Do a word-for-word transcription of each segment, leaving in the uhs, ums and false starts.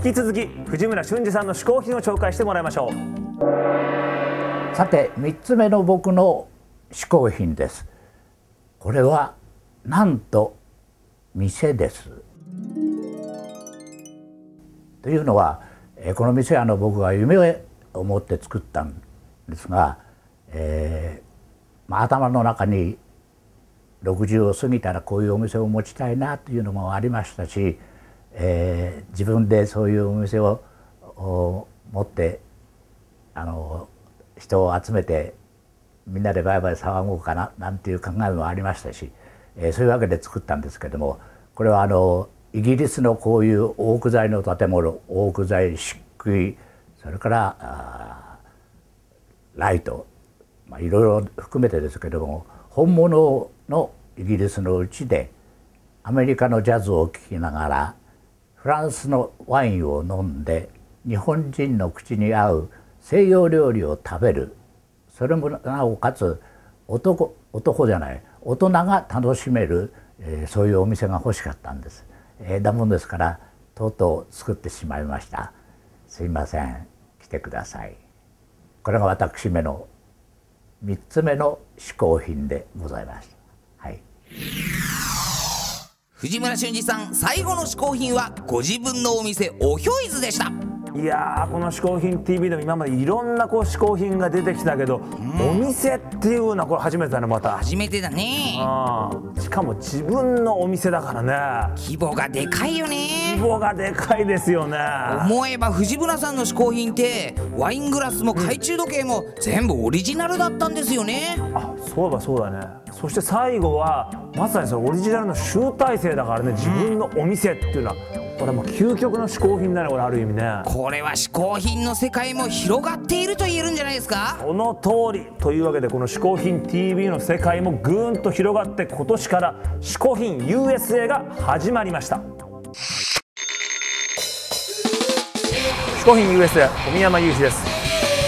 引き続き藤村俊二さんの嗜好品を紹介してもらいましょう。 さてみっつめの僕の嗜好品です。これはなんと店です。というのはこの店はあの僕が夢を持って作ったんですが、えーまあ、頭の中にろくじゅうを過ぎたらこういうお店を持ちたいなというのもありましたし、えー、自分でそういうお店を持ってあの人を集めてみんなでバイバイ騒ごうかななんていう考えもありましたし、えー、そういうわけで作ったんですけども、これはあのイギリスのこういうオーク材の建物、オーク材、漆喰、それからライト、まあ、いろいろ含めてですけども、本物のイギリスのうちでアメリカのジャズを聴きながらフランスのワインを飲んで日本人の口に合う西洋料理を食べる、それもなおかつ男男じゃない大人が楽しめる、えー、そういうお店が欲しかったんです。えー、だもんですからとうとう作ってしまいました。すいません、来てください。これが私めのみっつめの嗜好品でございます。はい、 藤村俊二さん、最後の嗜好品はご自分のお店おひょいずでした。 いやー、この嗜好品 ティーブイ でも今までいろんなこう嗜好品が出てきたけど、うん、お店っていうのはこれ初めてだね。また初めてだね。 あ、しかも自分のお店だからね。 規模がでかいよね。 規模がでかいですよね。 思えば藤村さんの嗜好品ってワイングラスも懐中時計も全部オリジナルだったんですよね。 あ、そういえばそうだね。そして最後はまさにそのオリジナルの集大成だからね、自分のお店っていうのは、これはもう究極の嗜好品だね、これある意味ね。 これは嗜好品の世界も広がっていると言えるんじゃないですか。 その通りというわけで、この嗜好品 ティーブイ の世界もぐーんと広がって、今年から嗜好品 ユーエスエー が始まりました。嗜好品 ユーエスエー 富山雄飛です。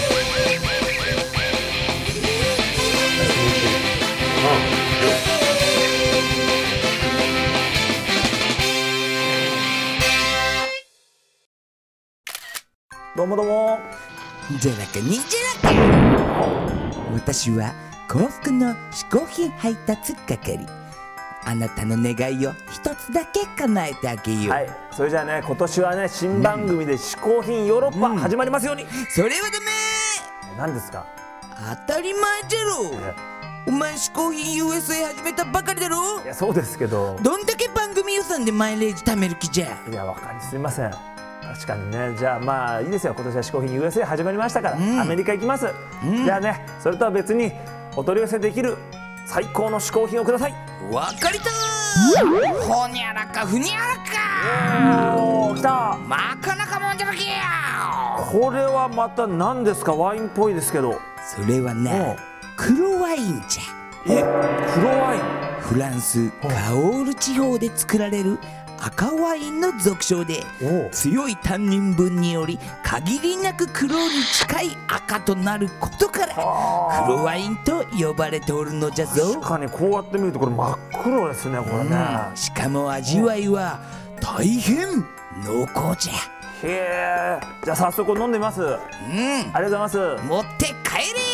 どうもどうも。 じゃらかにじゃらか。私は幸福の嗜好品配達係。あなたの願いを一つだけ叶えてあげよう。 はい、それじゃあね、今年はね、新番組で嗜好品ヨーロッパ始まりますように。うん、 それはダメ。 何ですか。 当たり前じゃろ。お前嗜好品 ユーエスエー 始めたばかりだろ。 いや、そうですけど、 どんだけ番組予算でマイレージ貯める気じゃ。 いや、わかりすみません。確かにね。じゃあまあいいですよ、今年は嗜好品 ユーエスエー 始まりましたから、うん、アメリカ行きます、うん、じゃあね、それとは別にお取り寄せできる最高の嗜好品をください。 わかりたー。ほにゃらかふにゃらか。 おー、来た。 まかなかもんじゃときや。 これはまた何ですか。ワインっぽいですけど。 それはな、黒ワインじゃ。 え、黒ワイン。 フランスカオール地方で作られる赤ワインの俗称で、強いタンニン分により限りなく黒に近い赤となることから黒ワインと呼ばれておるのじゃぞ。 確かにこうやって見るとこれ真っ黒ですね、これね、 うん、しかも味わいは大変濃厚じゃ。 へえ。じゃあ早速飲んでみます。うん、ありがとうございます。 持って帰れ。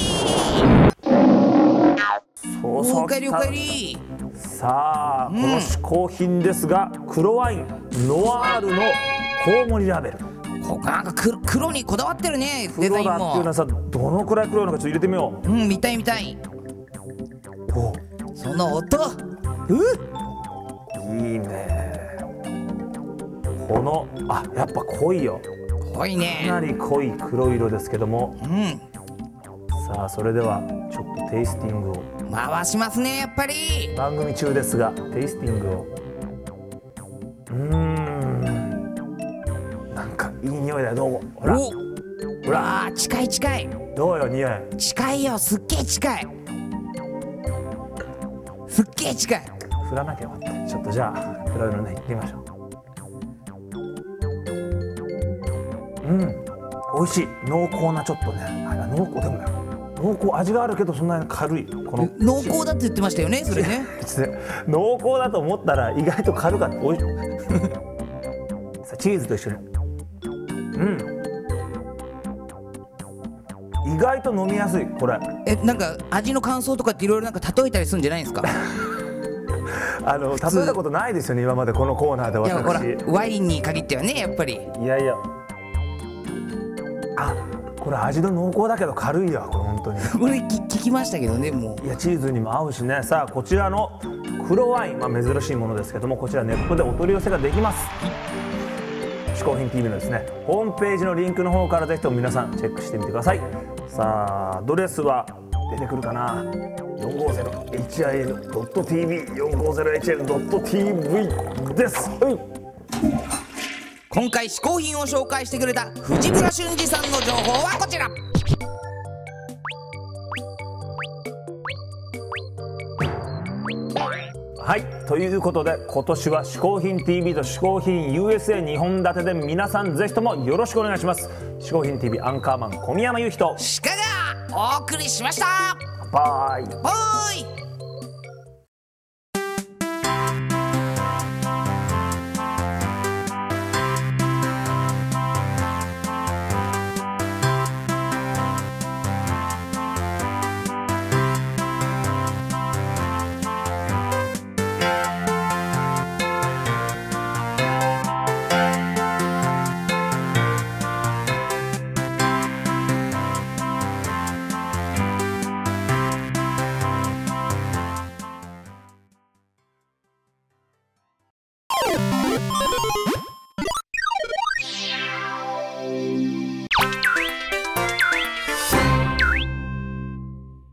そうそう、 おかえりおかえり。 さあ、うん、この嗜好品ですが、黒ワインノワールのコウモリラベル。 こなんか黒黒にこだわってるね。デザインも黒だっていうのはさ、どのくらい黒いのかちょっと入れてみよう。 うん、見たい見たい。 お、 その音、 ういいね。この、あ、やっぱ濃いよ。 濃いね。 かなり濃い黒色ですけども、うん、さあそれではちょっとテイスティングを回しますね。やっぱり番組中ですがテイスティングを。うーん、なんかいい匂いだよ。どうも。ほらほら、近い近い。 どうよ、匂い。 近いよ、すっげえ近い。すっげえ近い。 振らなきゃよかった。ちょっとじゃあ振られるね、行ってみましょう。うん、美味しい。濃厚なちょっとね、あ、濃厚でもね、濃厚、味があるけどそんなに軽い。この濃厚だって言ってましたよね、それね。 濃厚だと思ったら意外と軽かった。おいさあチーズと一緒に。 意外と飲みやすいこれ。 え、なんか味の感想とかっていろいろなんか例えたりするんじゃないんですか？ あの通例えたことないですよね今までこのコーナーでいやほら私。 ワインに限ってはねやっぱり。 いやいや、あ、これ味の濃厚だけど軽いわこれ本当に。 これ聞聞きましたけどねもう。 いやチーズにも合うしね。さあこちらの黒ワイン、まあ、珍しいものですけども、こちらネットでお取り寄せができます。嗜好品 ティーブイ のですねホームページのリンクの方からぜひとも皆さんチェックしてみてください。さあアドレスは出てくるかな。 よんごゼロエイチアイエヌドットティービー よんごゼロエイチアイエヌドットティーブイ です。はい、 今回嗜好品を紹介してくれた藤村俊二さんの情報はこちら。 はい、ということで今年は嗜好品 ティービー と嗜好品 ユーエスエーにほん立てで皆さんぜひともよろしくお願いします。嗜好品 ティービー アンカーマン小宮山雄飛と鹿がお送りしました。 バイ。 バイ。